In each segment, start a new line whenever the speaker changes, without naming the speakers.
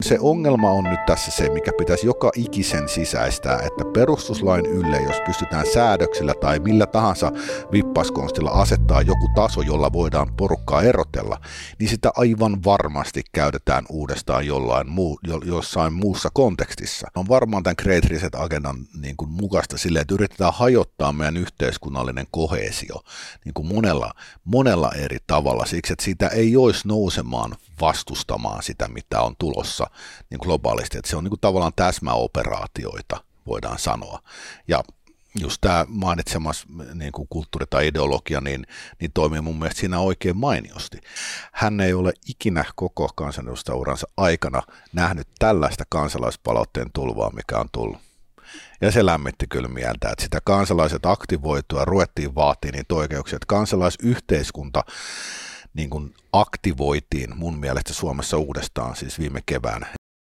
se ongelma on nyt tässä se, mikä pitäisi joka ikisen sisäistää, että perustuslain ylle, jos pystytään säädöksillä tai millä tahansa vippaskonstilla asettaa joku taso, jolla voidaan porukkaa erotella, niin sitä aivan varmasti käytetään uudestaan jossain muussa kontekstissa. On varmaan tämän Great Reset-agendan niin kuin mukaista silleen, että yritetään hajottaa meidän yhteiskunnallinen koheesio niin kuin monella eri tavalla, siksi että siitä ei olisi nousemaan vastustamaan sitä, mitä on tulossa niin globaalisti, että se on niin kuin tavallaan täsmäoperaatioita, voidaan sanoa. Ja just tämä mainitsemas niin kuin kulttuuri tai ideologia, niin toimii mun mielestä siinä oikein mainiosti. Hän ei ole ikinä koko kansanedustajauransa aikana nähnyt tällaista kansalaispalautteen tulvaa, mikä on tullut. Ja se lämmitti kyllä mieltä, että sitä kansalaiset aktivoitua, ruvettiin vaatii niitä oikeuksia, että kansalaisyhteiskunta niin kuin aktivoitiin mun mielestä Suomessa uudestaan siis viime keväänä.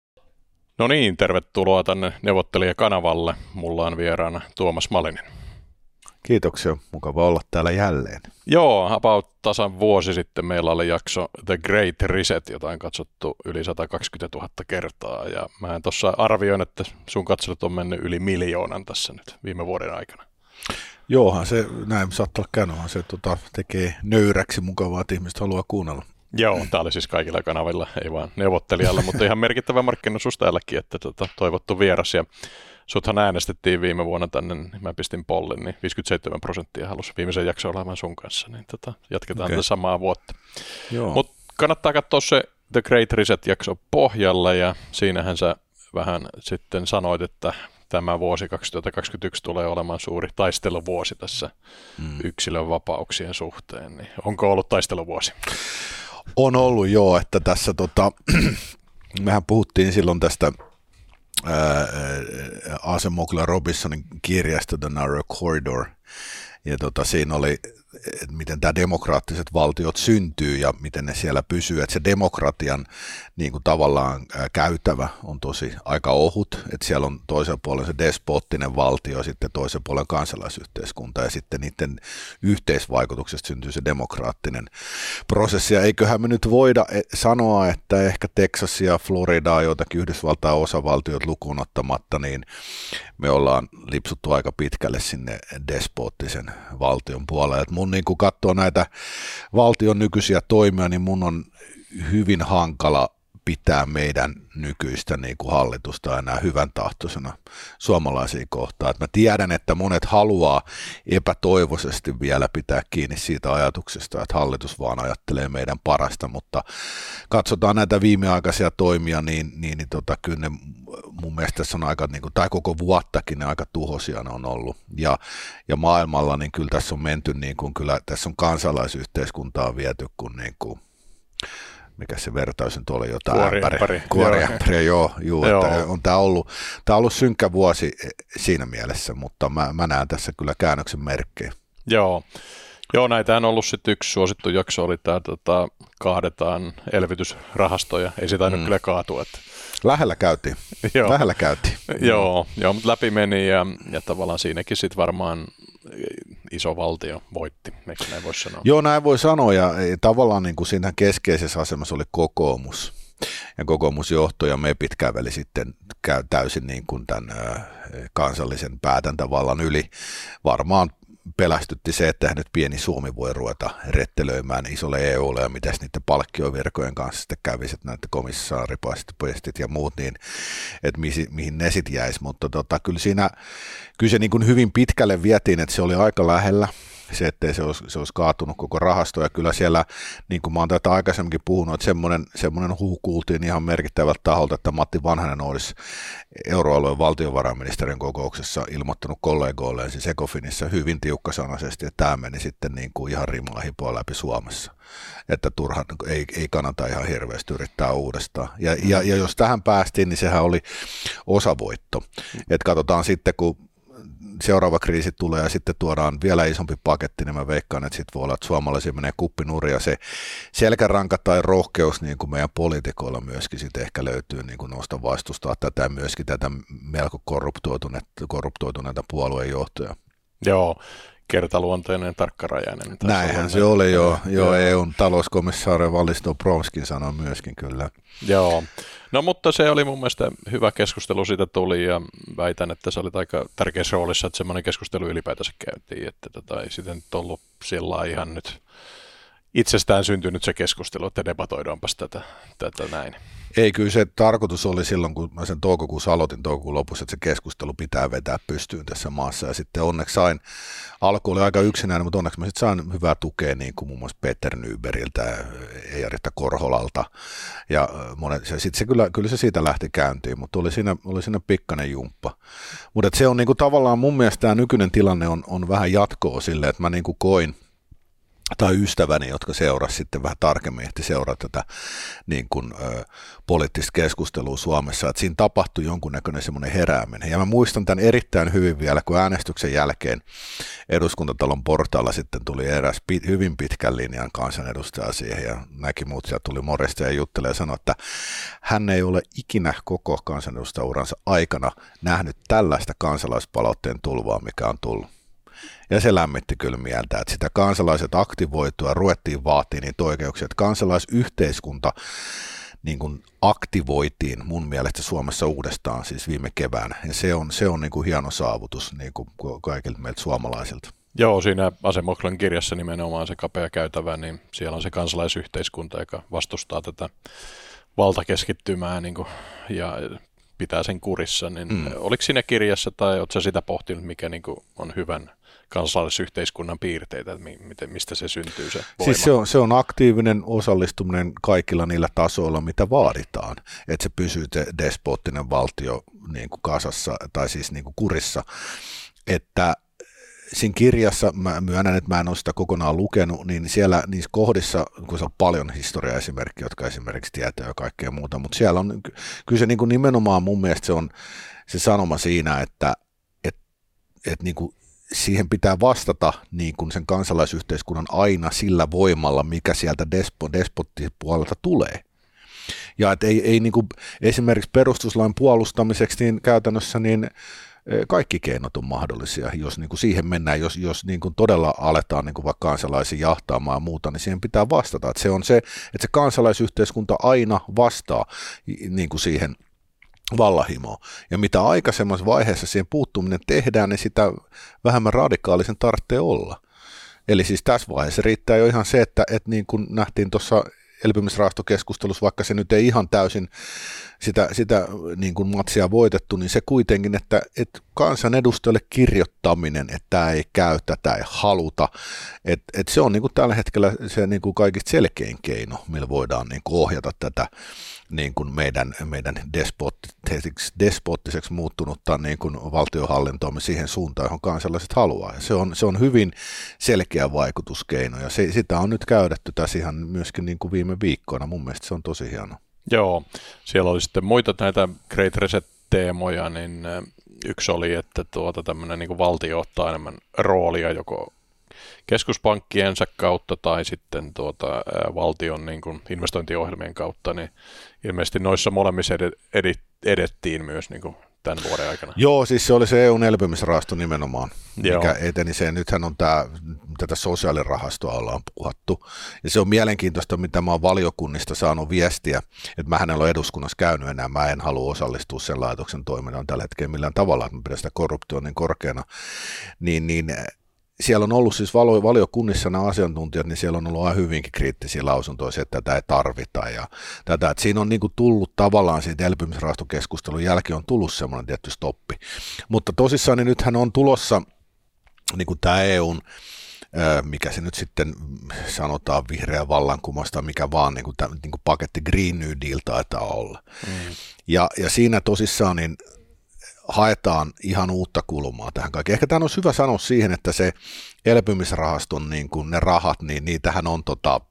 No niin, tervetuloa tänne neuvottelijakanavalle. Mulla on vieraana Tuomas Malinen.
Kiitoksia, mukava olla täällä jälleen.
Joo, about tasan vuosi sitten meillä oli jakso The Great Reset, jota on katsottu yli 120 000 kertaa. Ja mä tuossa arvioin, että sun katselut on mennyt yli 1 000 000 tässä nyt viime vuoden aikana.
Joohan se, näin saattaa olla käynyt, se tekee nöyräksi mukavaa, että ihmiset haluaa kuunnella.
Joo, tämä oli siis kaikilla kanavilla, ei vaan neuvottelijalla, mutta ihan merkittävä markkinoisuus täälläkin, että toivottu vieras. Ja suthan äänestettiin viime vuonna tänne, niin mä pistin pollin, niin 57% halusi viimeisen jakson olemaan sun kanssa, niin jatketaan tätä samaa vuotta. Mutta kannattaa katsoa se The Great Reset-jakso pohjalla, ja siinähän sä vähän sitten sanoit, että tämä vuosi 2021 tulee olemaan suuri taisteluvuosi tässä yksilön vapauksien suhteen, niin onko ollut taisteluvuosi?
On ollut joo, että tässä mehän puhuttiin silloin tästä Asemogla Robinsonin kirjasta The Narrow Corridor, ja siinä oli, että miten tämä demokraattiset valtiot syntyy ja miten ne siellä pysyy, että se demokratian niin kuin tavallaan käytävä on tosi aika ohut, että siellä on toisen puolen se despoottinen valtio, sitten toisen puolen kansalaisyhteiskunta ja sitten niiden yhteisvaikutuksesta syntyy se demokraattinen prosessi. Ja eiköhän me nyt voida sanoa, että ehkä Texas ja Floridaa, joitakin Yhdysvaltain osavaltiot lukuun ottamatta, niin me ollaan lipsuttu aika pitkälle sinne despoottisen valtion puolelle. Et mun niin kun katsoo näitä valtion nykyisiä toimia, niin mun on hyvin hankala pitää meidän nykyistä niin kuin hallitusta enää hyvän tahtoisena suomalaisia kohtaan. Et mä tiedän, että monet haluaa epätoivoisesti vielä pitää kiinni siitä ajatuksesta, että hallitus vaan ajattelee meidän parasta, mutta katsotaan näitä viimeaikaisia toimia, niin kyllä ne mun mielestä tässä on aika, niin kuin, tai koko vuottakin ne aika tuhoisia ne on ollut. Ja maailmalla niin kyllä tässä on menty, niin kuin, kyllä tässä on kansalaisyhteiskuntaa viety kuin, niin kuin mikä se vertaus nyt oli, kuoriämpäri, joo. Että on tämä ollut synkkä vuosi siinä mielessä, mutta mä näen tässä kyllä käännöksen merkkejä.
Joo, näitä on ollut sitten yksi suosittu jakso, oli tämä kaadetaan elvytysrahastoja, ei sitä tainnut kyllä kaatua. Että
Lähellä käytiin.
Joo, mutta läpi meni ja tavallaan siinäkin sitten varmaan iso valtio voitti, eikö näin voi sanoa?
Joo, näin voi sanoa, ja tavallaan niin kuin siinä keskeisessä asemassa oli kokoomus, ja kokoomusjohto ja MEPit käveli sitten täysin niin kuin tämän kansallisen päätäntävallan yli. Varmaan pelästytti se, että nyt pieni Suomi voi ruveta rettelöimään isolle EUlle ja mitäs niiden palkkiovirkojen kanssa sitten kävisi, että näitä komissaaripostit ja muut, niin että mihin ne sitten jäisi, mutta kyllä se niin kuin hyvin pitkälle vietiin, että se oli aika lähellä. Se, ettei se olisi kaatunut koko rahasto, ja kyllä siellä, niin kuin mä oon tätä aikaisemminkin puhunut, että semmoinen huhu kuultiin ihan merkittävältä taholta, että Matti Vanhanen olisi euroalueen valtiovarainministeriön kokouksessa ilmoittanut kollegoilleen siis Ecofinissa hyvin tiukkasanaisesti, että tämä meni sitten niin kuin ihan rimaa hipoa läpi Suomessa, että turha ei kannata ihan hirveästi yrittää uudestaan. Ja jos tähän päästiin, niin sehän oli osavoitto. Että katsotaan sitten, kun seuraava kriisi tulee ja sitten tuodaan vielä isompi paketti, niin mä veikkaan, että sitten voi olla, että suomalaisia menee kuppinurin ja se selkäranka tai rohkeus niin kuin meidän poliitikoilla myöskin sitten ehkä löytyy niin kuin nousta vastustaa tätä ja myöskin tätä melko korruptoituneita puolueen johtoja.
Joo, kertaluonteinen, tarkkarajainen.
Näinhän se oli jo EUn talouskomissaari Valdis Dombrovskis sanoi myöskin kyllä.
Joo, no mutta se oli mun mielestä hyvä keskustelu, siitä tuli ja väitän, että se oli aika tärkeässä roolissa, että semmoinen keskustelu ylipäätänsä käytiin, että ei sitten ollut sillä ihan nyt itsestään syntynyt se keskustelu, että debatoidaanpas tätä näin.
Ei, kyllä se tarkoitus oli silloin, kun mä sen toukokuussa aloitin toukokuun lopussa, että se keskustelu pitää vetää pystyyn tässä maassa. Ja sitten onneksi sain, alku oli aika yksinäinen, mutta onneksi mä sitten sain hyvää tukea, niin kuin muun muassa Peter Nybergiltä ja Eija-Riitta Korholalta. Ja sitten se kyllä se siitä lähti käyntiin, mutta oli siinä pikkainen jumppa. Mutta se on niin kuin tavallaan mun mielestä tämä nykyinen tilanne on vähän jatkoa silleen, että mä niin kuin koin, tai ystäväni, jotka seurasivat sitten vähän tarkemmin, ehti seurata tätä niin kuin, poliittista keskustelua Suomessa, että siinä tapahtui jonkunnäköinen semmoinen herääminen. Ja mä muistan tämän erittäin hyvin vielä, kun äänestyksen jälkeen Eduskuntatalon portaalla sitten tuli eräs hyvin pitkän linjan kansanedustaja siihen ja näki muut, sieltä tuli morjesta ja jutteli ja sanoi, että hän ei ole ikinä koko kansanedustajauransa aikana nähnyt tällaista kansalaispalautteen tulvaa, mikä on tullut. Ja se lämmitti kyllä mieltä, että sitä kansalaiset aktivoitua, ruvettiin vaatii niitä oikeuksia, että kansalaisyhteiskunta niin kuin aktivoitiin mun mielestä Suomessa uudestaan siis viime keväänä, ja se on niin kuin hieno saavutus niin kuin kaikilta meiltä suomalaisilta.
Joo, siinä Acemoglan kirjassa nimenomaan se kapea käytävä, niin siellä on se kansalaisyhteiskunta, joka vastustaa tätä valtakeskittymää niin kuin, ja pitää sen kurissa, niin oliko siinä kirjassa tai oletko sitä pohtinut, mikä niin kuin on hyvän kansalaisyhteiskunnan piirteitä, että mistä se syntyy se voima?
Siis se on aktiivinen osallistuminen kaikilla niillä tasoilla, mitä vaaditaan, että se pysyy despoottinen valtio niin kuin kasassa tai siis niin kuin kurissa, että siinä kirjassa, mä myönnän, että mä en ole sitä kokonaan lukenut, niin siellä niissä kohdissa, kun se on paljon historiaesimerkkejä, jotka esimerkiksi tietää ja kaikkea muuta, mutta siellä on, kyllä se niin kuin nimenomaan mun mielestä se on se sanoma siinä, että niin kuin siihen pitää vastata niin kuin sen kansalaisyhteiskunnan aina sillä voimalla, mikä sieltä despottipuolelta tulee. Ja että ei niin kuin esimerkiksi perustuslain puolustamiseksi niin käytännössä niin kaikki keinot on mahdollisia, jos niin kuin siihen mennään, jos niin kuin todella aletaan niin kuin vaikka kansalaisia jahtaamaan ja muuta, niin siihen pitää vastata. Että se on se, että se kansalaisyhteiskunta aina vastaa niin kuin siihen vallahimoon. Ja mitä aikaisemmassa vaiheessa siihen puuttuminen tehdään, niin sitä vähemmän radikaalisen tarvitsee olla. Eli siis tässä vaiheessa riittää jo ihan se, että niin kuin nähtiin tuossa elpymisrahastokeskustelussa, vaikka se nyt ei ihan täysin sitä niin kuin matsia voitettu, niin se kuitenkin, että kansanedustajille kirjoittaminen, että tämä ei käy, tätä ei haluta, että se on niin kuin tällä hetkellä se niin kuin kaikista selkein keino, millä voidaan niin kuin ohjata tätä niin kuin meidän despoottiseksi muuttunutta niin kuin valtionhallintoamme siihen suuntaan, johon kansalaiset haluaa. Ja se on hyvin selkeä vaikutuskeino, ja sitä on nyt käytetty tässä ihan myöskin niin kuin viime viikkoina. Mun mielestä se on tosi hieno.
Joo, siellä oli sitten muita näitä Great Reset-teemoja, niin yksi oli, että tämmöinen niin kuin valtio ottaa enemmän roolia joko keskuspankkiensa kautta tai sitten valtion niin kuin investointiohjelmien kautta, niin ilmeisesti noissa molemmissa edettiin myös niin kuin tämän vuoden aikana.
Joo, siis se oli se EUn elpymisrahasto nimenomaan, mikä eteni se. Nythän on tätä sosiaalirahastoa ollaan puhuttu, ja se on mielenkiintoista, mitä mä oon valiokunnista saanut viestiä, että mä en ole eduskunnassa käynyt enää, mä en halua osallistua sen laitoksen toimintaan tällä hetkellä millään tavalla, että mä pidän sitä korruptioon niin korkeana, niin siellä on ollut siis valiokunnissa nämä asiantuntijat, niin siellä on ollut aina hyvinkin kriittisiä lausuntoja, että tätä ei tarvita ja tätä, että siinä on niin kuin tullut tavallaan siitä elpymisrahastokeskustelun jälkeen on tullut semmoinen tietty stoppi, mutta tosissaan niin nythän on tulossa niin kuin tämä EUn, mikä se nyt sitten sanotaan vihreä vallankumous tai mikä vaan niin kuin paketti Green New Deal taitaa olla. Ja siinä tosissaan niin haetaan ihan uutta kulmaa tähän kaikkeen. Ehkä tämä olisi hyvä sanoa siihen, että se elpymisrahaston niin kuin ne rahat, niin niitähän on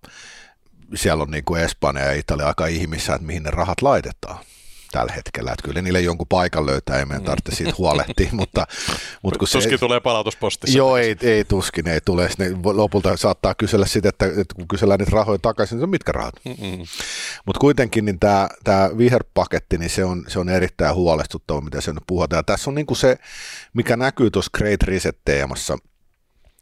siellä on niin kuin Espanja ja Italia aika ihmissä, että mihin ne rahat laitetaan tällä hetkellä. Että kyllä niille jonkun paikan löytää, ei meidän tarvitse siitä huolehtia. mutta kun
tuskin tulee palautuspostissa.
Joo, ei tuskin, ei tule. Lopulta saattaa kysellä sitä, että kun kysellään niitä rahoja takaisin, niin mitkä rahat? Mutta kuitenkin niin tämä viherpaketti, niin se on erittäin huolestuttava, mitä se nyt puhutaan. Ja tässä on niin kuin se, mikä näkyy tuossa Great Reset-teemassa,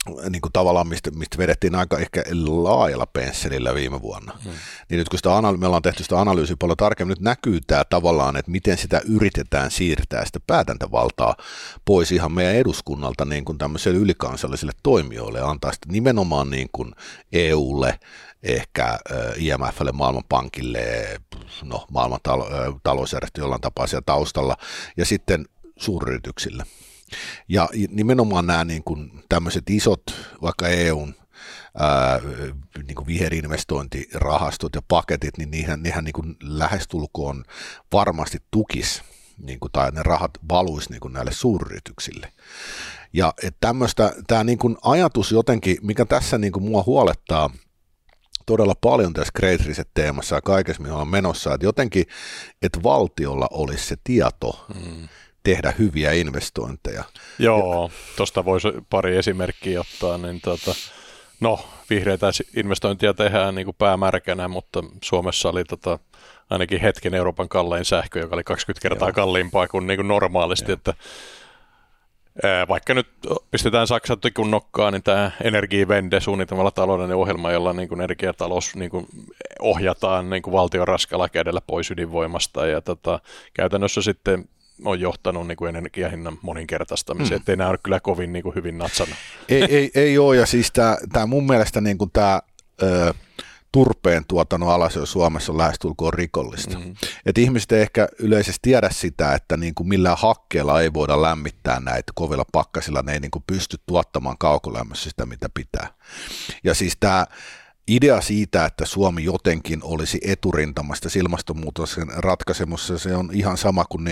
niin kuin tavallaan, mistä vedettiin aika ehkä laajalla pensselillä viime vuonna. Niin nyt kun me ollaan tehty sitä analyysiä paljon tarkemmin, nyt näkyy tämä tavallaan, että miten sitä yritetään siirtää sitä päätäntävaltaa pois ihan meidän eduskunnalta niin kuin tämmöisille ylikansallisille toimijoille ja antaa sitä nimenomaan niin kuin EUlle, ehkä IMFlle, Maailmanpankille, no maailman talousjärjestö jollain tapaa siellä taustalla ja sitten suuryrityksille. Ja nimenomaan nämä niin kuin tämmöiset isot, vaikka EUn niin kuin viherinvestointirahastot ja paketit, niin nehän niin kuin lähestulkoon varmasti tukisi, niin kuin, tai ne rahat valuisi niin kuin näille suuryrityksille. Ja tämä niin kuin ajatus jotenkin, mikä tässä niin kuin mua huolettaa todella paljon tässä Great Reset-teemassa ja kaikessa, mihin ollaan menossa, että jotenkin, että valtiolla olisi se tieto, tehdä hyviä investointeja.
Joo, tuosta voisi pari esimerkkiä ottaa, niin vihreitä investointia tehdään niin kuin päämärkänä, mutta Suomessa oli ainakin hetken Euroopan kallein sähkö, joka oli 20 kertaa kalliimpaa kuin, niin kuin normaalisti, että vaikka nyt pistetään Saksan tikun nokkaan, niin tämä Energiewende suunnitelmalla taloudellinen ohjelma, jolla niin kuin energiatalous niin kuin ohjataan niin kuin valtion raskalla kädellä pois ydinvoimasta ja käytännössä sitten on johtanut niin kuin energiahinnan moninkertaistamiseen, ettei nämä ole kyllä kovin niin kuin hyvin natsana.
Ei ole, ja siis tämä mun mielestä niin kuin tämä turpeen tuotannon alasajo Suomessa on lähestulkoon rikollista. Et ihmiset ei ehkä yleisesti tiedä sitä, että niin kuin millään hakkeella ei voida lämmittää näitä kovilla pakkasilla, ne ei niin kuin pysty tuottamaan kaukolämmössä sitä, mitä pitää. Ja siis tämä idea siitä, että Suomi jotenkin olisi eturintamasta ilmastonmuutoksen ratkaisemussa, se on ihan sama kuin,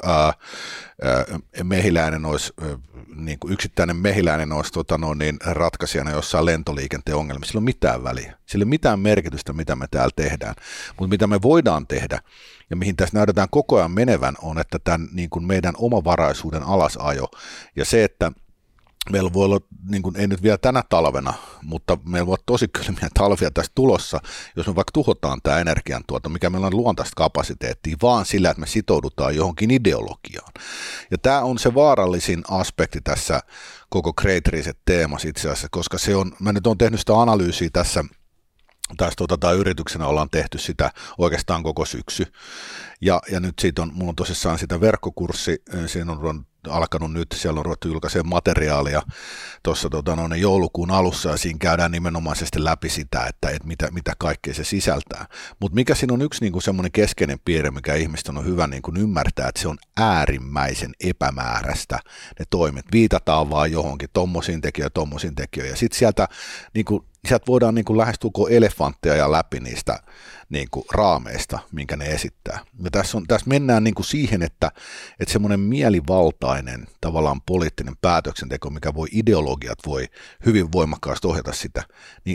mehiläinen olisi, niin kuin yksittäinen mehiläinen olisi ratkaisijana jossain lentoliikenteen ongelmissa. Sillä ei ole mitään väliä. Sillä ei ole mitään merkitystä, mitä me täällä tehdään. Mutta mitä me voidaan tehdä ja mihin tässä näytetään koko ajan menevän on, että tämän niin kuin meidän omavaraisuuden alasajo ja se, että meillä voi olla, niin kuin, ei nyt vielä tänä talvena, mutta meillä voi olla tosi kylmiä talvia tässä tulossa, jos me vaikka tuhotaan tämä energiantuotanto, mikä meillä on luontaista kapasiteettia, vaan sillä, että me sitoudutaan johonkin ideologiaan. Ja tämä on se vaarallisin aspekti tässä koko Great Reset-teemassa itse asiassa, koska se on, mä nyt olen tehnyt sitä analyysiä tässä yrityksenä ollaan tehty sitä oikeastaan koko syksy. Ja nyt siitä mulla on tosissaan sitä verkkokurssi, siinä on alkanut nyt, siellä on ruvettu julkaisemaan materiaalia tuossa joulukuun alussa, ja siinä käydään nimenomaisesti läpi sitä, että mitä kaikkea se sisältää. Mutta mikä siinä on yksi niinku semmoinen keskeinen piirre, mikä ihmisten on hyvä niinku ymmärtää, että se on äärimmäisen epämääräistä ne toimet. Viitataan vaan johonkin tommosiin tekijöihin, ja sitten sieltä voidaan niinku lähestulkoon elefantteja läpi niistä niinku raameista, minkä ne esittää. Ja tässä mennään niinku siihen, että semmoinen mielivaltainen tavallaan poliittinen päätöksenteko, mikä ideologiat voi hyvin voimakkaasti ohjata sitä,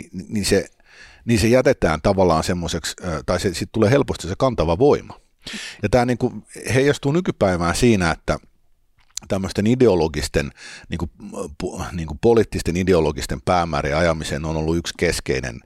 niin se jätetään tavallaan semmoiseksi, tai siitä tulee helposti se kantava voima. Ja tämä niinku heijastuu nykypäivään siinä, että tämmöisten ideologisten, niin kuin poliittisten ideologisten päämäärien ajamiseen on ollut yksi keskeinen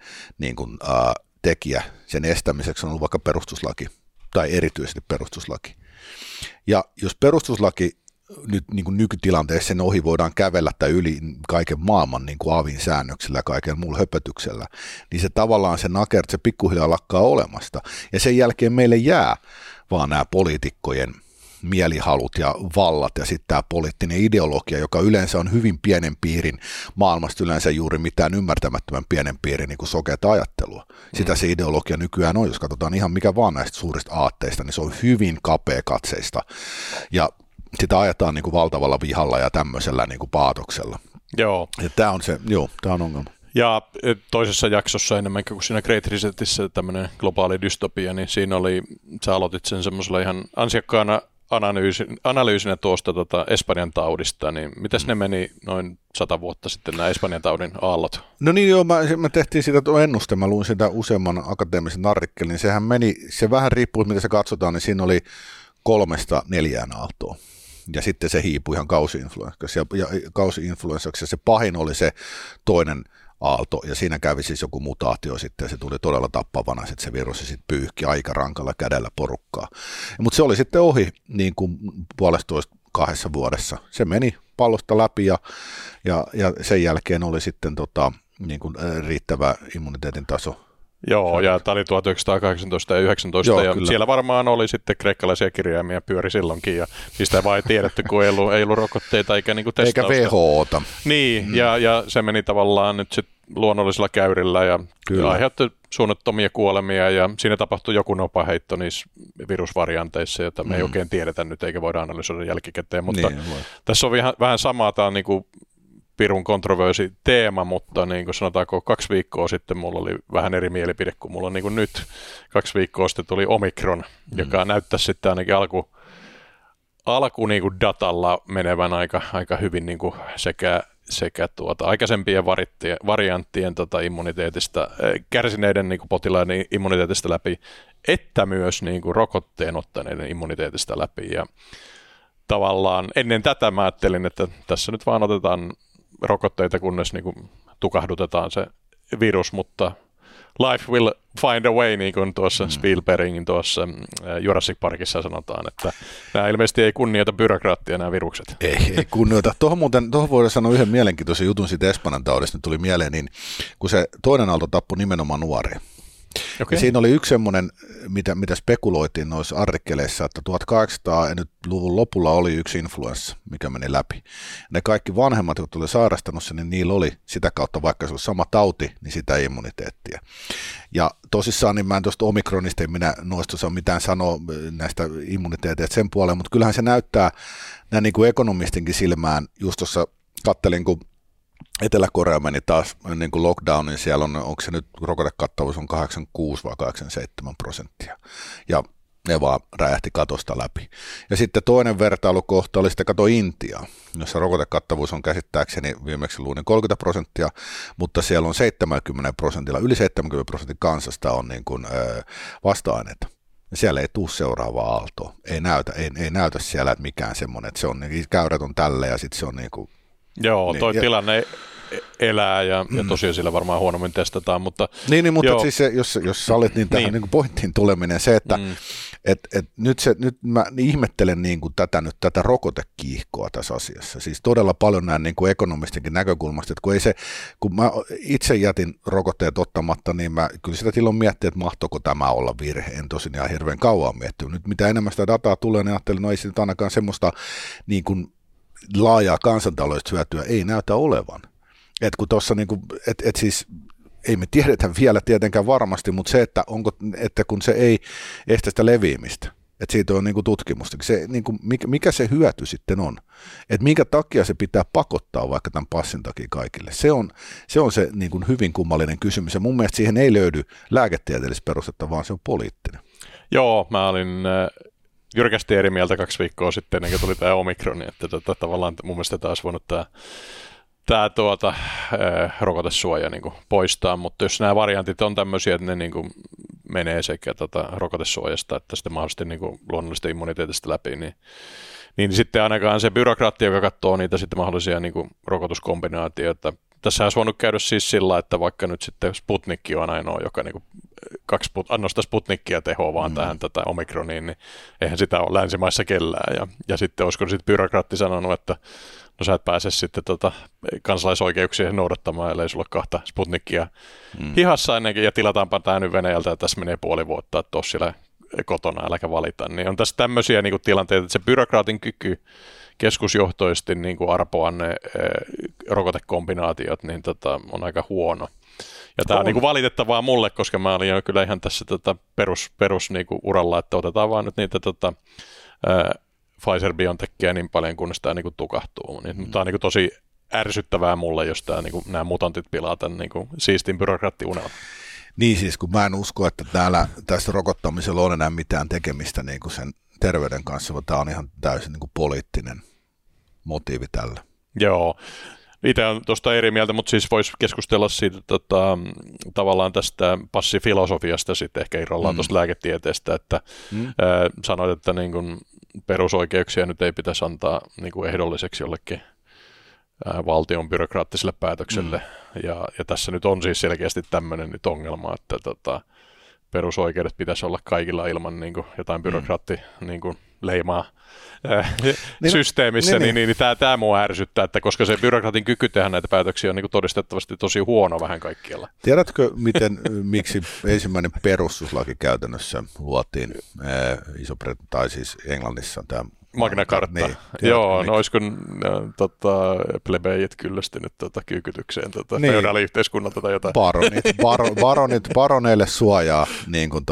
tekijä sen estämiseksi on ollut vaikka perustuslaki, tai erityisesti perustuslaki. Ja jos perustuslaki nyt niin kuin nykytilanteessa sen ohi voidaan kävellä tai yli kaiken maailman niin kuin avin säännöksillä ja kaiken muulla höpötyksellä, niin se tavallaan se nakert, se pikkuhiljaa lakkaa olemasta. Ja sen jälkeen meille jää vaan nämä poliitikkojen mielihalut ja vallat ja sitten tämä poliittinen ideologia, joka yleensä on hyvin pienen piirin maailmasta yleensä juuri mitään ymmärtämättömän pienen piirin niin kuin sokeata ajattelua. Sitä se ideologia nykyään on, jos katsotaan ihan mikä vaan näistä suurista aatteista, niin se on hyvin kapeakatseista ja sitä ajetaan niin kuin valtavalla vihalla ja tämmöisellä niin kuin paatoksella.
Joo.
Ja tämä on ongelma.
Ja toisessa jaksossa enemmän kuin siinä Great Resetissä tämmöinen globaali dystopia, niin siinä sä aloitit sen semmoisella ihan ansiokkaana analyysinä tuosta Espanjan taudista, niin mitäs ne meni noin 100 vuotta sitten nämä Espanjan taudin aallot?
No niin joo, me tehtiin sitä ennuste, mä luin sitä useamman akateemisen artikkelin, sehän meni, se vähän riippuu, mitä se katsotaan, niin siinä oli 3-4 aaltoa. Ja sitten se hiipui ihan kausi-influenssaksi, ja se pahin oli se toinen aalto, ja siinä kävi siis joku mutaatio sitten, ja se tuli todella tappavana, sitten se virus sitten pyyhki aika rankalla kädellä porukkaa. Mutta se oli sitten ohi niin kuin 1,5-2 vuodessa. Se meni pallosta läpi ja sen jälkeen oli sitten niin kuin riittävä immuniteetin taso.
Joo, ja tämä oli 1918 ja 19, joo, ja kyllä. Siellä varmaan oli sitten kreikkalaisia kirjaimia pyöri silloinkin, ja mistä vaan ei tiedetty, kun ei ollut rokotteita eikä niinku testausta.
Eikä WHO:ta.
Niin, ja se meni tavallaan nyt sitten luonnollisella käyrillä, ja aiheutti suunnattomia kuolemia, ja siinä tapahtui joku nopaheitto niissä virusvarianteissa, jota me ei oikein tiedetä nyt, eikä voida analysoida jälkikäteen, mutta tässä on vähän samaa, tämä on niinku pirun kontroversi teema, mutta niin kuin sanotaanko 2 viikkoa sitten mulla oli vähän eri mielipide kuin mulla on niin kuin nyt. 2 viikkoa sitten tuli Omikron, joka näyttäisi sitten ainakin alku niin kuin datalla menevän aika hyvin niin kuin sekä aikaisempien varianttien immuniteetista, kärsineiden niin kuin potilaiden immuniteetista läpi, että myös niin kuin rokotteen ottaneiden immuniteetista läpi. Ja tavallaan ennen tätä mä ajattelin, että tässä nyt vaan otetaan rokotteita, kunnes niin kuin tukahdutetaan se virus, mutta life will find a way, niin kuin tuossa Spielbergin tuossa Jurassic Parkissa sanotaan, että nämä ilmeisesti ei kunnioita byrokraattia nämä virukset.
Ei kunnioita. Tuohon voidaan sanoa yhden mielenkiintoisen jutun siitä Espanjan taudista, nyt tuli mieleen, niin kun se toinen aalto tappoi nimenomaan nuoria. Okay. Ja siinä oli yksi semmoinen, mitä spekuloitiin noissa artikkeleissa, että 1800-luvun lopulla oli yksi influenssa, mikä meni läpi. Ne kaikki vanhemmat, jotka oli sairastanut sen, niin niillä oli sitä kautta, vaikka se oli sama tauti, niin sitä immuniteettia. Ja tosissaan, niin mä en tuosta omikronista, minä noista saa mitään sanoa näistä immuniteeteista sen puoleen, mutta kyllähän se näyttää näin niin kuin ekonomistinkin silmään, just tuossa kattelin, kun Etelä-Korea meni taas niin kuin lockdownin, siellä onko se nyt rokotekattavuus on 86 vai 87%, ja ne vaan räjähti katosta läpi. Ja sitten toinen vertailukohta oli sitten Intiaa, jossa rokotekattavuus on käsittääkseni viimeksi luulin 30%, mutta siellä on 70%, yli 70% kansasta on niin kuin, vasta-aineita. Ja siellä ei tule seuraavaa aaltoa, ei näytä siellä, että mikään semmoinen, että se on, niin käyrät on tälle ja sitten se on niin kuin.
Joo, toi tilanne elää ja tosiaan sillä varmaan huonommin testataan, mutta.
Niin mutta siis se, jos sallit, niin tähän niin pointtiin tuleminen se, että nyt mä ihmettelen niin kuin tätä rokotekiihkoa tässä asiassa. Siis todella paljon näin niin kuin ekonomistenkin näkökulmasta, että kun mä itse jätin rokotteet ottamatta, niin mä kyllä sitä silloin miettii, että mahtoiko tämä olla virhe. En tosin ihan hirveän kauan miettinyt. Nyt mitä enemmän sitä dataa tulee, niin ajattelin, no ei siitä ainakaan semmoista niin kuin laajaa kansantaloudellista hyötyä ei näytä olevan. Et kun tossa niinku, siis ei me tiedetä vielä tietenkään varmasti, mutta se, että kun se ei estä sitä leviämistä, että siitä on niinku tutkimusta, se, niinku, mikä se hyöty sitten on, että minkä takia se pitää pakottaa vaikka tämän passin takia kaikille, se on se niinku hyvin kummallinen kysymys, ja mun mielestä siihen ei löydy lääketieteellistä perustetta, vaan se on poliittinen.
Joo, mä olin jyrkästi eri mieltä 2 viikkoa sitten, ennen kuin tuli tämä Omikron, että tavallaan mun mielestä taas voinut tämä rokotesuoja niin kuin poistaa, mutta jos nämä variantit on tämmöisiä, että ne niin kuin menee sekä rokotesuojasta että sitten mahdollisesti niin kuin luonnollista immuniteetista läpi, niin sitten ainakaan se byrokraatti, joka katsoo niitä sitten mahdollisia niin kuin rokotuskombinaatioita. Tässä olisi voinut käydä siis sillä, että vaikka nyt sitten Sputnikki on ainoa, joka niin kuin 2 annosta Sputnikkia tehoa vaan tähän tätä Omikroniin, niin eihän sitä ole länsimaissa kellään. Ja sitten olisiko sitten byrokraatti sanonut, että no sä et pääse sitten kansalaisoikeuksia noudattamaan, ellei sulla 2 Sputnikkia hihassa ennenkin, ja tilataanpa tämä nyt Venäjältä, ja tässä menee puoli vuotta, että ole siellä kotona, äläkä valita. Niin on tässä tämmöisiä niin kuin tilanteita, että se byrokraatin kyky keskusjohtoisesti niin kuin arpoa ne rokotekombinaatiot, niin on aika huono. Ja tämä on niin kuin valitettavaa mulle, koska mä olin jo kyllä ihan tässä perus niin kuin uralla, että otetaan vaan nyt niitä Pfizer-BioNTechia niin paljon, kunnes tämä niin kuin tukahtuu. Niin, tämä on niin kuin tosi ärsyttävää mulle, jos tämä, niin kuin, nämä mutantit pilaa tämän niin kuin siistin byrokraattiunelman.
Niin siis, kun mä en usko, että tässä rokottamisella on enää mitään tekemistä niin kuin sen terveyden kanssa, vaan tämä on ihan täysin niin kuin poliittinen motiivi tällä.
Joo. Itse on tuosta eri mieltä, mutta siis voisi keskustella siitä tavallaan tästä passifilosofiasta sitten ehkä irrallaan tuosta lääketieteestä, että sanoit, että niin kun perusoikeuksia nyt ei pitäisi antaa niin kuin ehdolliseksi jollekin valtion byrokraattiselle päätökselle. Ja tässä nyt on siis selkeästi tämmöinen nyt ongelma, että perusoikeudet pitäisi olla kaikilla ilman niin kuin jotain byrokraatti niin kuin leimaa systeemissä, niin tämä mua ärsyttää, että koska se byrokratin kyky tehdä näitä päätöksiä on niin kuin todistettavasti tosi huono vähän kaikkialla.
Tiedätkö, miksi ensimmäinen perustuslaki käytännössä luotiin tai siis Englannissa tämä
Magna Carta. Niin, joo, no olisiko plebejit kyllästynyt kyykytykseen niin. Feodaali-yhteiskunnalta tai jotain.
Baroneille suojaa niin kuin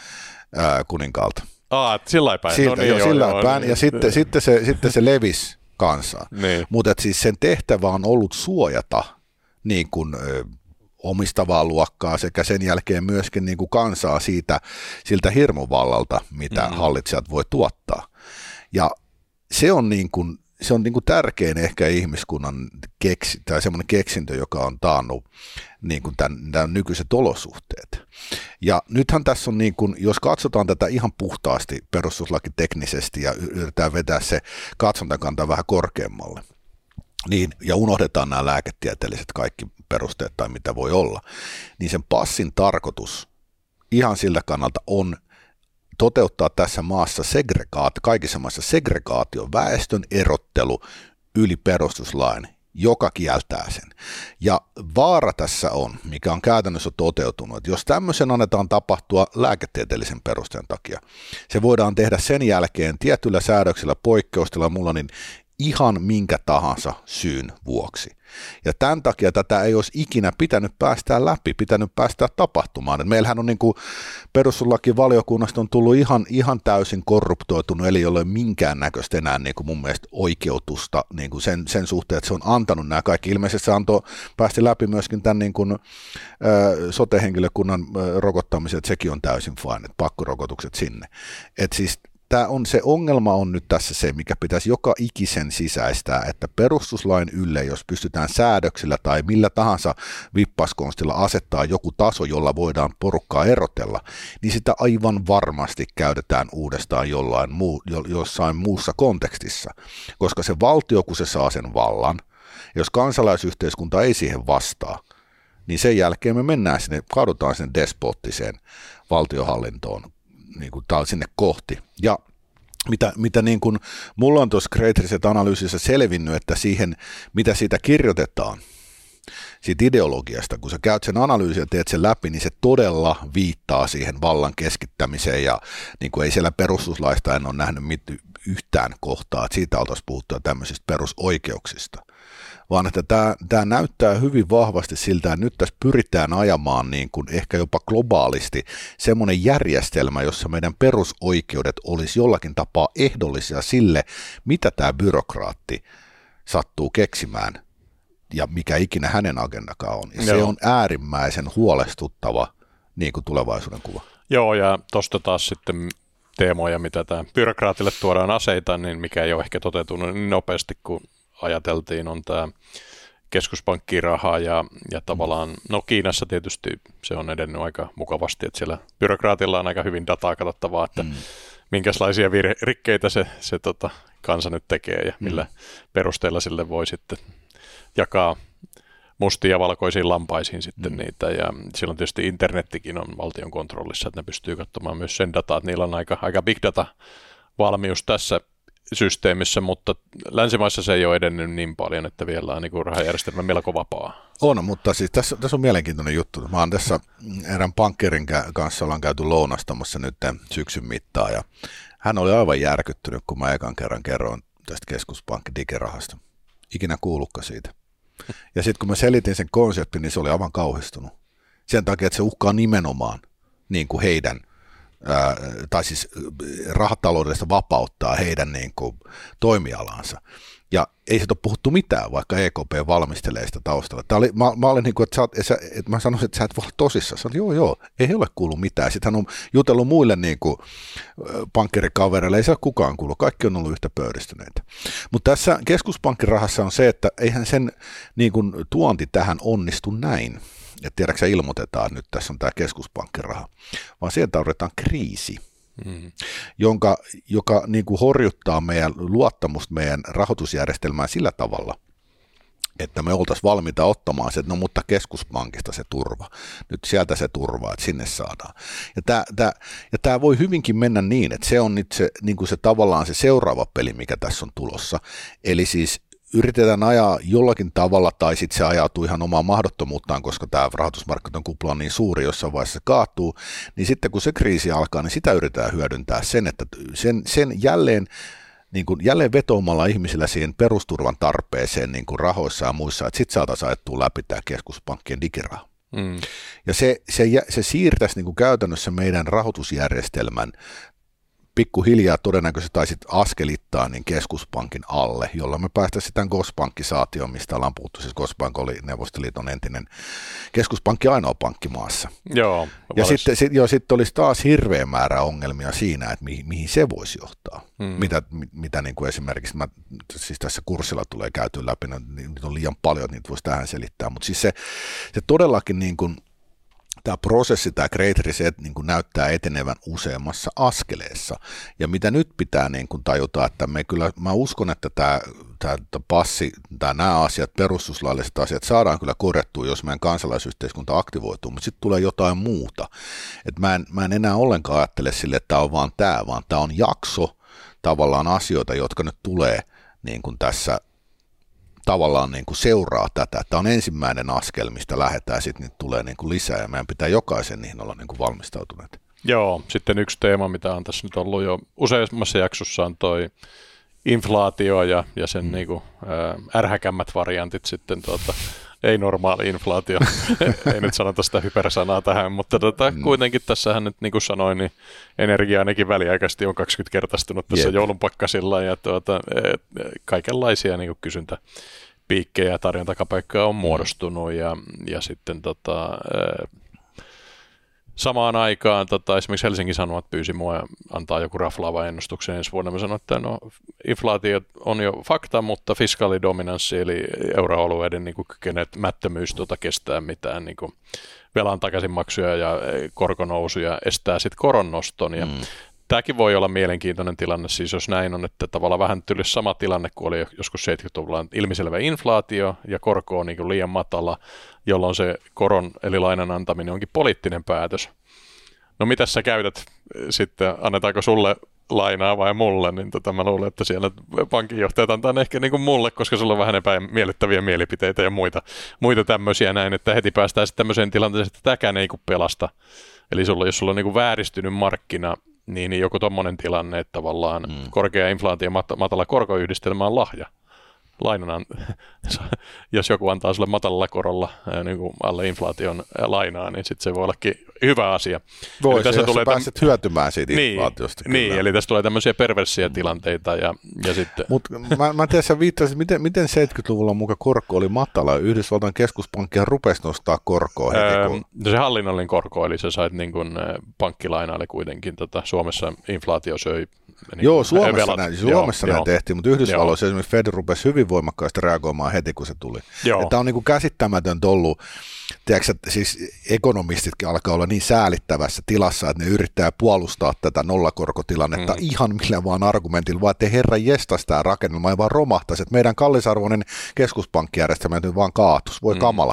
kuninkaalta.
Sillä päin.
Siltä, no niin, sillä päin. Ja sitten se levisi kansaan. Niin. Mutta siis sen tehtävä on ollut suojata niin kuin, omistavaa luokkaa sekä sen jälkeen myöskin niin kuin kansaa siltä hirmuvallalta, mitä hallitsijat voi tuottaa. Ja se on niin kuin tärkein ehkä ihmiskunnan semmoinen keksintö, joka on taannut niin kuin tämän nykyiset olosuhteet. Ja nythän tässä on, niin kuin, jos katsotaan tätä ihan puhtaasti perustuslakiteknisesti ja yritetään vetää se katsontakanta vähän korkeammalle, niin, ja unohdetaan nämä lääketieteelliset kaikki perusteet tai mitä voi olla, niin sen passin tarkoitus ihan sillä kannalta on toteuttaa tässä maassa kaikissa maissa segregaatio, väestön erottelu yli perustuslain, joka kieltää sen. Ja vaara tässä on, mikä on käytännössä toteutunut, että jos tämmöisen annetaan tapahtua lääketieteellisen perusteen takia, se voidaan tehdä sen jälkeen tietyillä säädöksillä, poikkeustilla mulla niin ihan minkä tahansa syyn vuoksi. Ja tämän takia tätä ei olisi ikinä pitänyt päästää läpi, pitänyt päästää tapahtumaan. Et meillähän on niin kuin perustuslakivaliokunnasta on tullut ihan täysin korruptoitunut, eli ei ole minkäännäköistä enää niin kuin mun mielestä oikeutusta niin kuin sen suhteen, että se on antanut nämä kaikki. Ilmeisesti se päästi läpi myöskin tämän niin kuin, sote-henkilökunnan rokottamiset, sekin on täysin fine, että pakkorokotukset sinne. Et siis se ongelma on nyt tässä se, mikä pitäisi joka ikisen sisäistää, että perustuslain ylle, jos pystytään säädöksillä tai millä tahansa vippaskonstilla asettaa joku taso, jolla voidaan porukkaa erotella, niin sitä aivan varmasti käytetään uudestaan jossain muussa kontekstissa, koska se valtio, kun se saa sen vallan, jos kansalaisyhteiskunta ei siihen vastaa, niin sen jälkeen me mennään kaadutaan sinne despoottiseen valtiohallintoon, niin kuin sinne kohti. Ja mitä niin kuin mulla on tuossa Great Reset-analyysissä selvinnyt, että siihen, mitä siitä kirjoitetaan, siitä ideologiasta, kun sä käyt sen analyysin ja teet sen läpi, niin se todella viittaa siihen vallan keskittämiseen, ja niin kuin ei siellä perustuslaista en ole nähnyt yhtään kohtaa, että siitä oltaisiin puhuttua tämmöisistä perusoikeuksista, vaan että tämä näyttää hyvin vahvasti siltä, että nyt tässä pyritään ajamaan niin kuin ehkä jopa globaalisti semmoinen järjestelmä, jossa meidän perusoikeudet olisi jollakin tapaa ehdollisia sille, mitä tämä byrokraatti sattuu keksimään ja mikä ikinä hänen agendakaan on. Ja se on äärimmäisen huolestuttava niin kuin tulevaisuuden kuva.
Joo, ja tuosta taas sitten teemoja, mitä tämä byrokraatille tuodaan aseita, niin mikä ei ole ehkä toteutunut niin nopeasti kuin ajateltiin, on tämä keskuspankkiraha ja tavallaan, no Kiinassa tietysti se on edennyt aika mukavasti, että siellä byrokraatilla on aika hyvin dataa katsottavaa, että minkälaisia rikkeitä se kansa nyt tekee ja millä perusteella sille voi sitten jakaa mustia ja valkoisiin lampaisiin sitten niitä, ja silloin tietysti internettikin on valtion kontrollissa, että ne pystyy katsomaan myös sen dataa, että niillä on aika big data valmius tässä systeemissä, mutta länsimaissa se ei ole edennyt niin paljon, että vielä on niin rahajärjestelmä melko vapaa.
On, mutta siis tässä on mielenkiintoinen juttu. Mä oon tässä erään pankkirin kanssa ollaan käyty lounastamassa nyt syksyn mittaan, ja hän oli aivan järkyttynyt, kun mä ekan kerran kerroin tästä keskuspankkidigirahasta. Ikinä kuullutkaan siitä. Ja sitten kun mä selitin sen konseptin, niin se oli aivan kauhistunut. Sen takia, että se uhkaa nimenomaan niin kuin heidän tai siis rahataloudesta vapauttaa heidän niin kuin toimialansa. Ja ei siitä ole puhuttu mitään, vaikka EKP valmistelee sitä taustalla. Mä olin niin kuin, että mä sanoisin, että sä et voi olla tosissaan. Sanoin, joo, ei ole kuullut mitään. Sitten hän on jutellut muille niin kuin pankkirikavereille, ei se ole kukaan kuullut. Kaikki on ollut yhtä pöydistyneitä. Mutta tässä keskuspankkirahassa on se, että eihän sen niin kuin tuonti tähän onnistu näin. Että tiedätkö, ilmoitetaan nyt, tässä on tämä keskuspankkiraha, vaan siihen tarvitaan kriisi, joka niin kuin horjuttaa meidän luottamusta meidän rahoitusjärjestelmään sillä tavalla, että me oltaisiin valmiita ottamaan se, että no mutta keskuspankista se turva, nyt sieltä se turva, että sinne saadaan. Ja tämä voi hyvinkin mennä niin, että se on nyt se, niin kuin se tavallaan se seuraava peli, mikä tässä on tulossa, eli siis yritetään ajaa jollakin tavalla, tai sitten se ajautuu ihan omaan mahdottomuuttaan, koska tämä rahoitusmarkkinoiden kupla on niin suuri, jossain vaiheessa se kaatuu, niin sitten kun se kriisi alkaa, niin sitä yritetään hyödyntää sen, että sen jälleen vetoamalla ihmisillä siihen perusturvan tarpeeseen niin kuin rahoissa ja muissa, että sitten saataisiin ajettua läpi tämä keskuspankkien digiraha. Ja se siirtäisi niin kuin käytännössä meidän rahoitusjärjestelmän pikkuhiljaa todennäköisesti tai sitten askelittain niin keskuspankin alle, jolla me päästäisiin tämän GOS-pankkisaatioon, mistä ollaan puhuttu. Siis GOS-pank oli Neuvostoliiton entinen keskuspankki ainoa pankki maassa.
Joo.
Ja sitten olisi taas hirveä määrä ongelmia siinä, että mihin se voisi johtaa. Mitä niin kuin esimerkiksi, siis tässä kurssilla tulee käyty läpi, niitä on liian paljon, että niitä voisi tähän selittää, mutta siis se todellakin niin kuin tämä prosessi, tämä Great Reset niin kuin näyttää etenevän useammassa askeleessa. Ja mitä nyt pitää niin kuin tajuta, että mä uskon, että nämä asiat, perustuslailliset asiat saadaan kyllä korjattua, jos meidän kansalaisyhteiskunta aktivoituu, mutta sitten tulee jotain muuta. Et mä en enää ollenkaan ajattele sille, että tämä on vaan tämä on jakso tavallaan asioita, jotka nyt tulee niin kuin tässä tavallaan niin kuin seuraa tätä. Tämä on ensimmäinen askel, mistä lähdetään, sitten niitä tulee niin kuin lisää, ja meidän pitää jokaisen niihin olla niin kuin valmistautuneet.
Joo, sitten yksi teema, mitä on tässä nyt ollut jo useammassa jaksossa, on toi inflaatio ja sen niin kuin, ärhäkämmät variantit sitten, ei normaali inflaatio, ei nyt sanota sitä hypersanaa tähän, mutta kuitenkin tässähän nyt niin kuin sanoin, niin energia ainakin väliaikaisesti on 20-kertaistunut tässä joulun pakkasilla ja kaikenlaisia niin kuin kysyntäpiikkejä ja tarjontakapeikkoja on muodostunut ja sitten samaan aikaan esimerkiksi Helsingin Sanomat pyysi mua antaa joku raflaava ennustuksen ensi vuonna. Mä sanoin, että inflaatio on jo fakta, mutta fiskaalidominanssi eli euroalueiden niin kykenemättömyys kestää mitään niin kuin velan takaisinmaksuja ja korkonousuja estää sitten koronnoston. Ja tämäkin voi olla mielenkiintoinen tilanne, siis jos näin on, että tavallaan vähän tulisi sama tilanne kuin oli joskus 70-luvulla ilmiselvä inflaatio ja korko on niin kuin liian matala, jolloin se koron eli lainan antaminen onkin poliittinen päätös. No mitäs sä käytät sitten, annetaanko sulle lainaa vai mulle, niin mä luulen, että siellä pankinjohtajat antaa ne ehkä niin kuin mulle, koska sulla on vähän epämiellyttäviä mielipiteitä ja muita tämmöisiä näin, että heti päästään sitten tämmöiseen tilanteeseen, että tämäkään ei pelasta. Eli jos sulla on niin kuin vääristynyt markkina, niin joku tommoinen tilanne, että tavallaan korkea inflaatio ja matala korkoyhdistelmä on lahja. Lainana, jos joku antaa sulle matalalla korolla niin kuin alle inflaation lainaa, niin sitten se voi ollakin hyvä asia.
Voi, jos tulee pääset hyötymään siitä inflaatiosta.
Niin, eli tässä tulee tämmöisiä perversiä tilanteita. Ja sitten.
Mutta mä tiedän, sä viittasit, miten 70-luvulla muka korko oli matala. Yhdysvaltain keskuspankki rupesi nostaa korkoa heti.
Se hallinnollinen korko, eli sä sait niin kuin pankkilainaille kuitenkin. Suomessa inflaatio söi. Niin
joo, Suomessa näin tehtiin, mutta Yhdysvalloissa esimerkiksi Fed rupesi hyvin voimakkaasti reagoimaan heti, kun se tuli. Tämä on niin kuin käsittämätöntä ollut. Tiedätkö, että siis ekonomistitkin alkaa olla niin säälittävässä tilassa, että ne yrittää puolustaa tätä nollakorkotilannetta ihan millä vaan argumentilla, vaan että herra jestas tämä rakennelma ei vaan romahtaisi, että meidän kallisarvoinen keskuspankkijärjestelmä nyt vaan kaatuisi, voi kamala.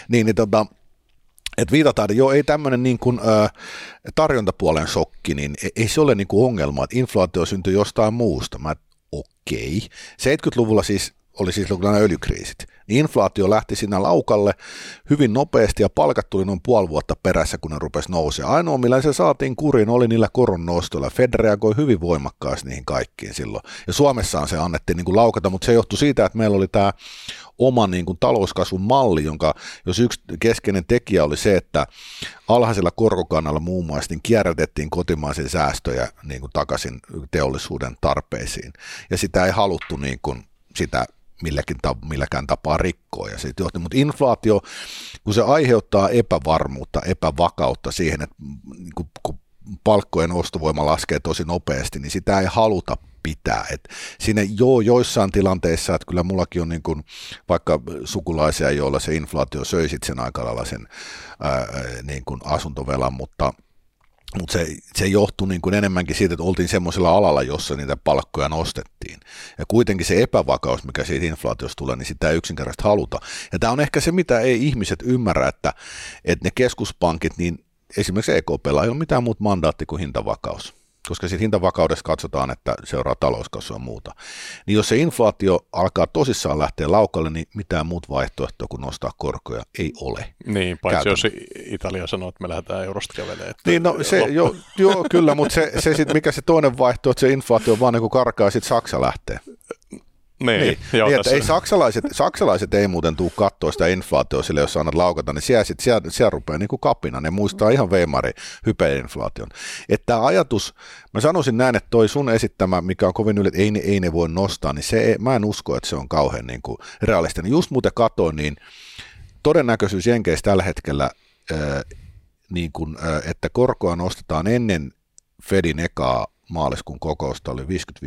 Että viitataan, että ei tämmöinen niin kuin, tarjontapuolen shokki, niin ei se ole niin kuin ongelma, että inflaatio syntyy jostain muusta. Okei. 70-luvulla oli nämä öljykriisit. Niin inflaatio lähti siinä laukalle hyvin nopeasti ja palkat tuli noin puoli vuotta perässä, kun ne rupesi nousemaan. Ainoa, millä se saatiin kuriin, oli niillä koronnostoilla. Fed reagoi hyvin voimakkaasti niihin kaikkiin silloin. Ja Suomessaan se annettiin niin kuin laukata, mutta se johtui siitä, että meillä oli tämä oma niin kuin talouskasvun malli, jonka jos yksi keskeinen tekijä oli se, että alhaisella korkokannalla muun muassa niin kierrätettiin kotimaisia säästöjä niin kuin takaisin teollisuuden tarpeisiin. Ja sitä ei haluttu niin kuin sitä milläkään tapaa rikkoa. Ja sit johti, mutta inflaatio, kun se aiheuttaa epävarmuutta, epävakautta siihen, että kun palkkojen ostovoima laskee tosi nopeasti, niin sitä ei haluta pitää. Et siinä joissain tilanteissa, että kyllä mullakin on niin kuin vaikka sukulaisia, joilla se inflaatio söi sit sen aika lailla sen niin kuin asuntovelan, mutta Mutta se johtui niin kuin enemmänkin siitä, että oltiin semmoisella alalla, jossa niitä palkkoja nostettiin. Ja kuitenkin se epävakaus, mikä siitä inflaatiosta tulee, niin sitä ei yksinkertaisesti haluta. Ja tämä on ehkä se, mitä ei ihmiset ymmärrä, että ne keskuspankit, niin esimerkiksi EKP:llä ei ole mitään muuta mandaatti kuin hintavakaus. Koska siitä hintavakaudessa katsotaan, että seuraa talouskasvua ja muuta. Niin jos se inflaatio alkaa tosissaan lähteä laukalle, niin mitään muuta vaihtoehtoa kuin nostaa korkoja ei ole.
Niin, paitsi jos Italia sanoo, että me lähdetään eurosta kävelemään.
Niin, no se, joo, kyllä, mutta se sit, mikä se toinen vaihtoehto, että se inflaatio vaan niin kuin karkaa ja sitten Saksa lähtee.
Niin, joo,
niin että ei saksalaiset ei muuten tule katsoa sitä inflaatioa sille, jos annat laukata, niin siellä rupeaa niin kuin kapina. Ne muistaa ihan Weimarin hyperinflaation. Että tämä ajatus, mä sanoisin näin, että toi sun esittämä, mikä on kovin että ei ne voi nostaa, niin mä en usko, että se on kauhean niin kuin realistinen. Just muuten katoin, niin todennäköisyys Jenkeissä tällä hetkellä, niin kuin, että korkoa nostetaan ennen Fedin ekaa maaliskuun kokousta oli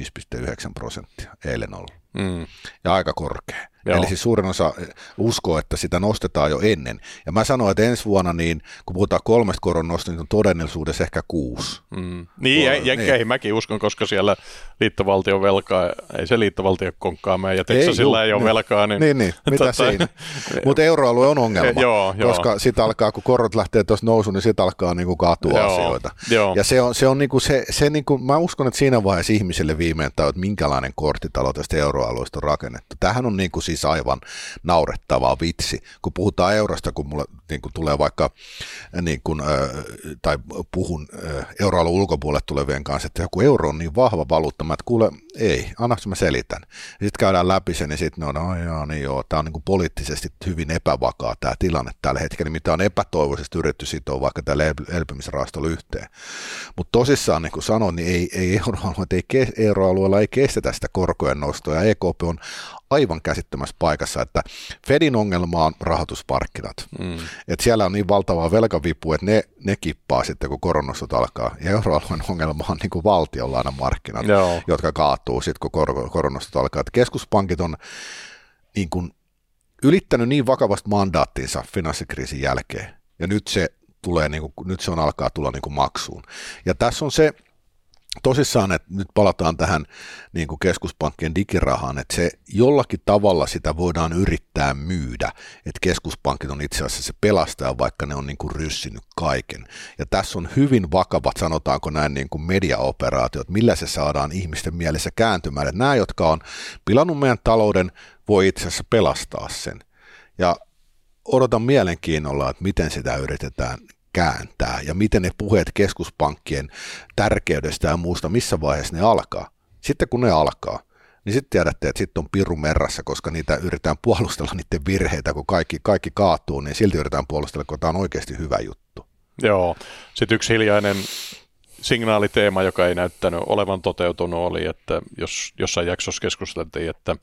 55,9% eilen ollut. Ja aika korkea. Joo. Eli siis suurin osa uskoo, että sitä nostetaan jo ennen. Ja mä sanoin, että ensi vuonna, niin, kun puhutaan 3 koron nostosta, niin on todellisuudessa ehkä 6.
Niin, Jenkkeihin mäkin uskon, koska siellä liittovaltion velkaa, ei se liittovaltio konkkaamaan, ja Texasilla ei ole velkaa. Niin,
mitä siinä? Mutta euroalue on ongelma, koska sit alkaa, kun korot lähtee tuossa nousuun, niin sit alkaa niinku kaatua asioita. Joo. Ja se on niinku se niinku, mä uskon, että siinä vaiheessa ihmiselle viimein että minkälainen korttitalo tästä euroalueesta on rakennettu. Tämähän on niinku siis aivan naurettavaa vitsi, kun puhutaan eurosta, kun mulle niin kuin tulee vaikka, niin kuin, tai puhun euroalueen ulkopuolelle tulevien kanssa, että joku euro on niin vahva valuutta, mä että kuule, ei, annaks mä selitän. Sitten käydään läpi sen, ja sitten tämä on niin kuin poliittisesti hyvin epävakaa tämä tilanne tällä hetkellä, mitä on epätoivoisesti yritetty sitoa vaikka tällä elpymisrahastolla yhteen. Mutta tosissaan, niin kuin sanoin, niin euroalueella ei kestetä sitä korkojen nostoa, ja EKP on aivan käsittämässä paikassa, että Fedin ongelma on rahoitusmarkkinat. Et siellä on niin valtavaa velkavipua, että ne kippaa sitten, kun koronostot alkaa. Ja euroalueen ongelma on niin kuin valtionlainamarkkinat, jotka kaatuu sitten, kun koronostot alkaa. Et keskuspankit on niin kuin ylittänyt niin vakavasti mandaattinsa finanssikriisin jälkeen, ja nyt se alkaa tulla niin kuin maksuun. Ja tässä on se, tosissaan, että nyt palataan tähän niin kuin keskuspankkien digirahaan, että se jollakin tavalla sitä voidaan yrittää myydä, että keskuspankit on itse asiassa se pelastaja, vaikka ne on niin kuin ryssinyt kaiken. Ja tässä on hyvin vakavat, sanotaanko näin, niin kuin mediaoperaatiot, millä se saadaan ihmisten mielessä kääntymään. Että nämä, jotka on pilannut meidän talouden, voi itse asiassa pelastaa sen. Ja odotan mielenkiinnolla, että miten sitä yritetään kääntää ja miten ne puheet keskuspankkien tärkeydestä ja muusta, missä vaiheessa ne alkaa. Sitten kun ne alkaa, niin sitten tiedätte, että sitten on piru merrassa, koska niitä yritetään puolustella niiden virheitä, kun kaikki kaatuu, niin silti yritetään puolustella, kun tämä on oikeasti hyvä juttu.
Joo. Sitten yksi hiljainen signaaliteema, joka ei näyttänyt olevan toteutunut, oli, että jos jossain jaksossa keskusteltiin, että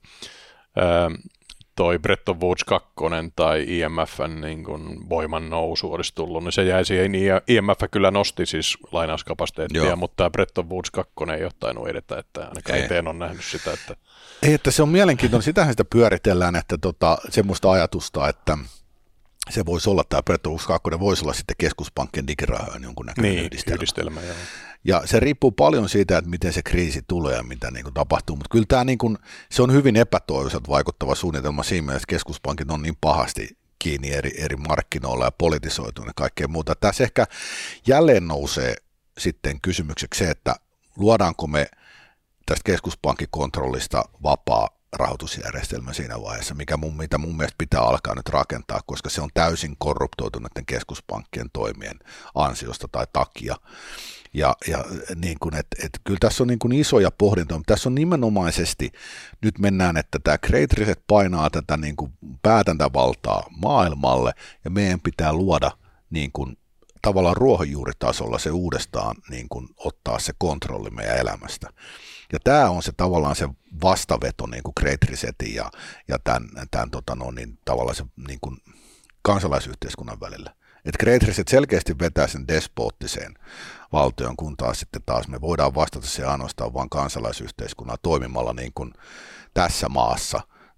toi Bretton Woods 2 tai IMFn niin kun voiman nousu olisi tullut, niin se jäi siihen. IMF kyllä nosti siis lainauskapasiteettia, mutta tämä Bretton Woods 2 ei ole tainnut edetä, että ainakaan itse en ole nähnyt sitä. Että
ei, että se on mielenkiintoinen, sitähän sitä pyöritellään, että semmoista ajatusta, että se voisi olla, tämä Bretton Woods 2 voisi olla sitten keskuspankkien digirahojen jonkunnäköinen yhdistelmä. Joo. Ja se riippuu paljon siitä, että miten se kriisi tulee ja mitä niin kuin tapahtuu, mutta kyllä tämä niin kuin, se on hyvin epätoivoiselta vaikuttava suunnitelma siinä mielessä, että keskuspankit on niin pahasti kiinni eri markkinoilla ja politisoitu ja kaikkea muuta. Tässä ehkä jälleen nousee sitten kysymykseksi se, että luodaanko me tästä keskuspankkikontrollista vapaa rahoitusjärjestelmä siinä vaiheessa, mitä mun mielestä pitää alkaa nyt rakentaa, koska se on täysin korruptoituneiden keskuspankkien toimien ansiosta tai takia. Ja niin kuin, että kyllä tässä on niin kuin isoja pohdintoja, mutta tässä on nimenomaisesti, nyt mennään, että tämä Great Reset painaa tätä niin kuin päätäntävaltaa maailmalle, ja meidän pitää luoda niin kuin tavallaan ruohonjuuritasolla se uudestaan niin kuin ottaa se kontrolli meidän elämästä. Ja tämä on se tavallaan se vastaveto niin kuin Great Resetin ja tämän tavallaan se niin kuin kansalaisyhteiskunnan välillä. Että Great Reset selkeästi vetää sen despoottiseen valtion, kun taas me voidaan vastata se ainoastaan vain kansalaisyhteiskunnan toimimalla niin kuin tässä maassa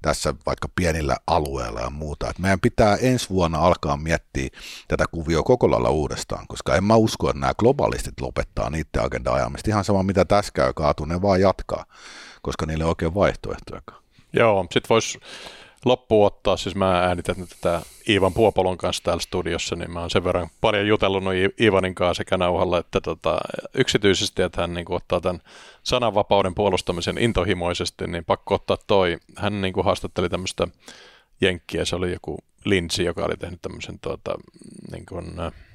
tässä vaikka pienillä alueilla ja muuta. Et meidän pitää ensi vuonna alkaa miettiä tätä kuvioa koko lailla uudestaan, koska en mä usko, että nämä globalistit lopettaa niiden agenda-ajamista. Ihan sama, mitä tässä käy, kaatuu, ne vaan jatkaa, koska niille ei oikein vaihtoehtojakaan.
Joo, sit voisi loppuun ottaa, siis mä äänitän nyt tätä Iivan Puopolon kanssa täällä studiossa, niin mä oon sen verran paljon jutellut Iivanin kanssa sekä nauhalla että yksityisesti, että hän niin kuin ottaa tämän sananvapauden puolustamisen intohimoisesti, niin pakko ottaa hän niin kuin haastatteli tämmöistä jenkkiä, se oli joku Lindsay, joka oli tehnyt tämmöisen niin kuin,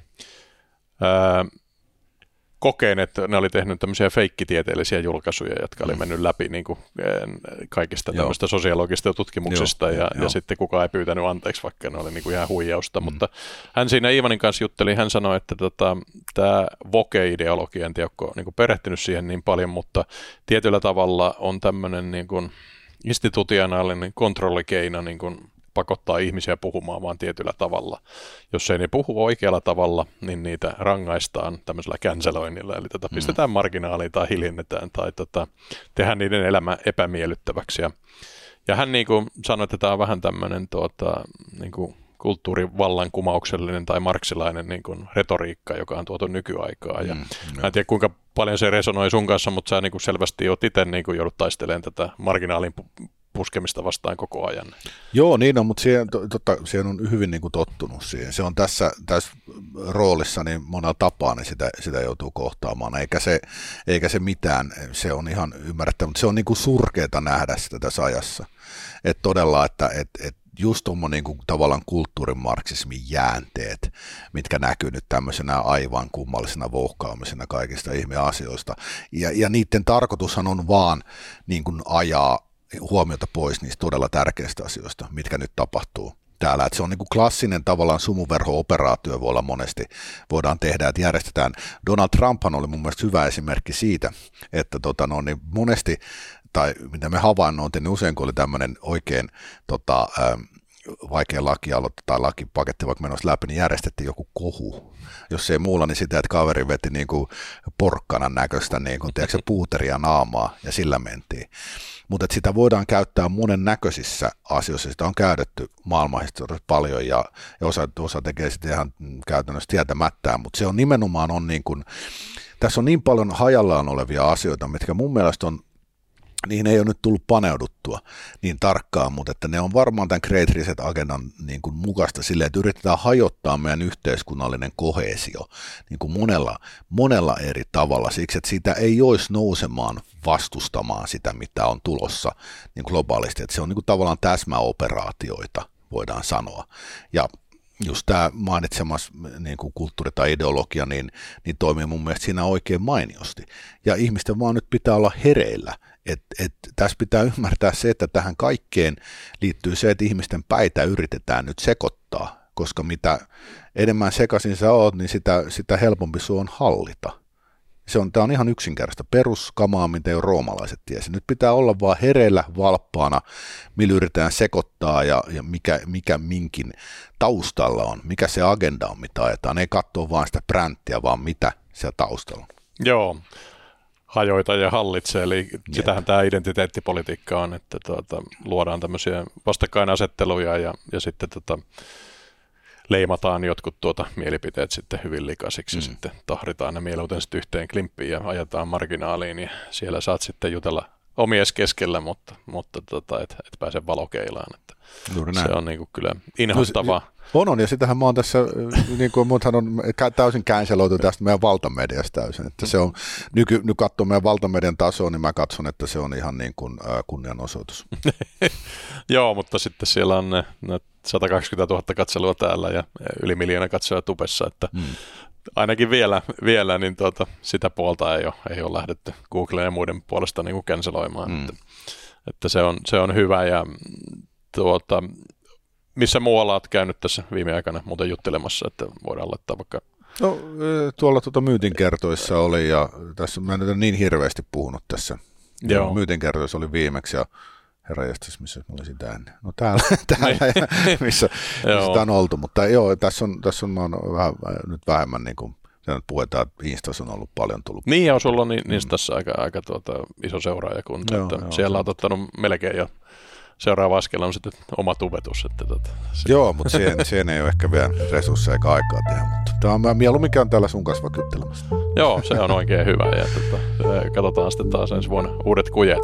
kokeen, että ne oli tehnyt tämmöisiä feikkitieteellisiä julkaisuja, jotka oli mennyt läpi niin kuin kaikista tämmöistä sosiologisista tutkimuksista ja sitten kukaan ei pyytänyt anteeksi, vaikka ne oli niin kuin ihan huijausta. Mutta hän siinä Iivanin kanssa jutteli, hän sanoi, että tämä woke-ideologia, en tiedä, onko niin kuin perehtynyt siihen niin paljon, mutta tietyllä tavalla on tämmöinen niin kuin institutionaalinen kontrollikeino niin kuin pakottaa ihmisiä puhumaan vaan tietyllä tavalla. Jos ei ne puhu oikealla tavalla, niin niitä rangaistaan tämmöisellä canceloinnilla, eli pistetään marginaaliin tai hiljennetään tai tehdään niiden elämä epämiellyttäväksi. Ja hän niin kuin sanoi, että tämä on vähän tämmöinen niin kuin kulttuurivallankumouksellinen tai marksilainen niin kuin retoriikka, joka on tuotu nykyaikaa. Ja mä en tiedä, kuinka paljon se resonoi sun kanssa, mutta sä niin kuin selvästi oot itse niin kuin joudut taistelemaan tätä marginaalin puskemista vastaan koko ajan. Joo,
niin on, mutta siihen on hyvin niin kuin tottunut siihen. Se on tässä roolissa niin monella tapaa, niin sitä joutuu kohtaamaan, eikä se mitään, se on ihan ymmärrettävä, mutta se on niin kuin surkeata nähdä sitä tässä ajassa. Että todella, että just tuommoinen niin kuin tavallaan kulttuurimarksismin jäänteet, mitkä näkyy nyt tämmöisenä aivan kummallisena vouhkaamisena kaikista ihmeasioista. Ja niiden tarkoitushan on vaan niin kuin ajaa huomiota pois niistä todella tärkeistä asioista, mitkä nyt tapahtuu täällä. Että se on niin kuin klassinen tavallaan sumuverho-operaatio voidaan tehdä, että järjestetään. Donald Trumphan oli mun mielestä hyvä esimerkki siitä, että niin monesti, tai mitä me havainnoitiin, niin usein kun oli tämmöinen oikein vaikea lakialoite tai lakipaketti vaikka menossa läpi, niin järjestettiin joku kohu. Jos ei muulla, niin sitä, että kaveri veti niin kuin porkkanan näköistä niin kuin, tiedätkö, puuteria naamaa ja sillä mentiin. Mutta sitä voidaan käyttää monen näköisissä asioissa. Sitä on käytetty maailmanhistoriassa paljon ja osa tekee sitä ihan käytännössä tietämättään, mutta se on nimenomaan niin kuin, tässä on niin paljon hajallaan olevia asioita, mitkä mun mielestä on, niihin ei ole nyt tullut paneuduttua niin tarkkaan, mutta että ne on varmaan tämän Great Reset-agendan niin kuin mukaista silleen, että yritetään hajottaa meidän yhteiskunnallinen koheesio niin kuin monella eri tavalla, siksi että siitä ei olisi nousemaan vastustamaan sitä, mitä on tulossa niin globaalisti, että se on niin kuin tavallaan täsmäoperaatioita, voidaan sanoa. Ja just tämä mainitsemas niin kuin kulttuuri tai ideologia, niin toimii mun mielestä siinä oikein mainiosti. Ja ihmisten vaan nyt pitää olla hereillä. Tässä pitää ymmärtää se, että tähän kaikkeen liittyy se, että ihmisten päitä yritetään nyt sekoittaa, koska mitä enemmän sekaisin sä oot, niin sitä helpompi sun on hallita. Tämä on ihan yksinkertaista peruskamaa, mitä jo roomalaiset tiesi. Nyt pitää olla vaan hereillä, valppaana, millä yritetään sekoittaa ja mikä minkin taustalla on, mikä se agenda on, mitä ajetaan. Ei katsoa vaan sitä bränttiä, vaan mitä siellä taustalla on.
Joo, hajoita ja hallitse, eli sitähän tämä identiteettipolitiikka on, että luodaan tämmöisiä vastakkainasetteluja ja sitten leimataan jotkut mielipiteet sitten hyvin likaisiksi ja sitten tahritaan ne mieluiten sitten yhteen klimppiin ja ajetaan marginaaliin ja siellä saat sitten jutella omies keskellä, mutta et pääse valokeilaan. Että se on niinku kyllä inhottavaa.
On, ja sitähän mä oon tässä, niin kuin muuthan on täysin canceloitu tästä meidän valtamediasta täysin, että se on, nyt katsoo meidän valtamedian tasoa, niin mä katson, että se on ihan niin kuin kunnianosoitus.
Joo, mutta sitten siellä on ne 120 000 katselua täällä ja yli 1 miljoona katsoja tubessa, että ainakin vielä niin sitä puolta ei ole lähdetty Googlen ja muiden puolesta niin kuin canceloimaan, että se on hyvä ja missä muualla olet käynyt tässä viime aikana muuten juttelemassa, että voidaan laittaa vaikka...
No tuolla myytinkertoissa oli ja tässä mä en nyt niin hirveästi puhunut tässä. Joo. Myytinkertoissa oli viimeksi ja herranjestas, missä mä olisin tänne. No täällä missä sitä on oltu, mutta joo, tässä on mä oon nyt vähemmän niin kuin nyt puhutaan, että Instassa on ollut paljon tullut.
Niin, ja sulla on Instassa aika iso seuraajakunta, että siellä on ottanut melkein jo seuraava askel on sitten oma tubetus.
Joo, mutta siihen ei ole ehkä vielä resursseja eikä aikaa tehdä, mutta tämä on mieluummin käyn täällä sun kanssa kyttelemässä.
Joo, se on oikein hyvä ja katsotaan sitten taas ensi vuonna uudet kujet.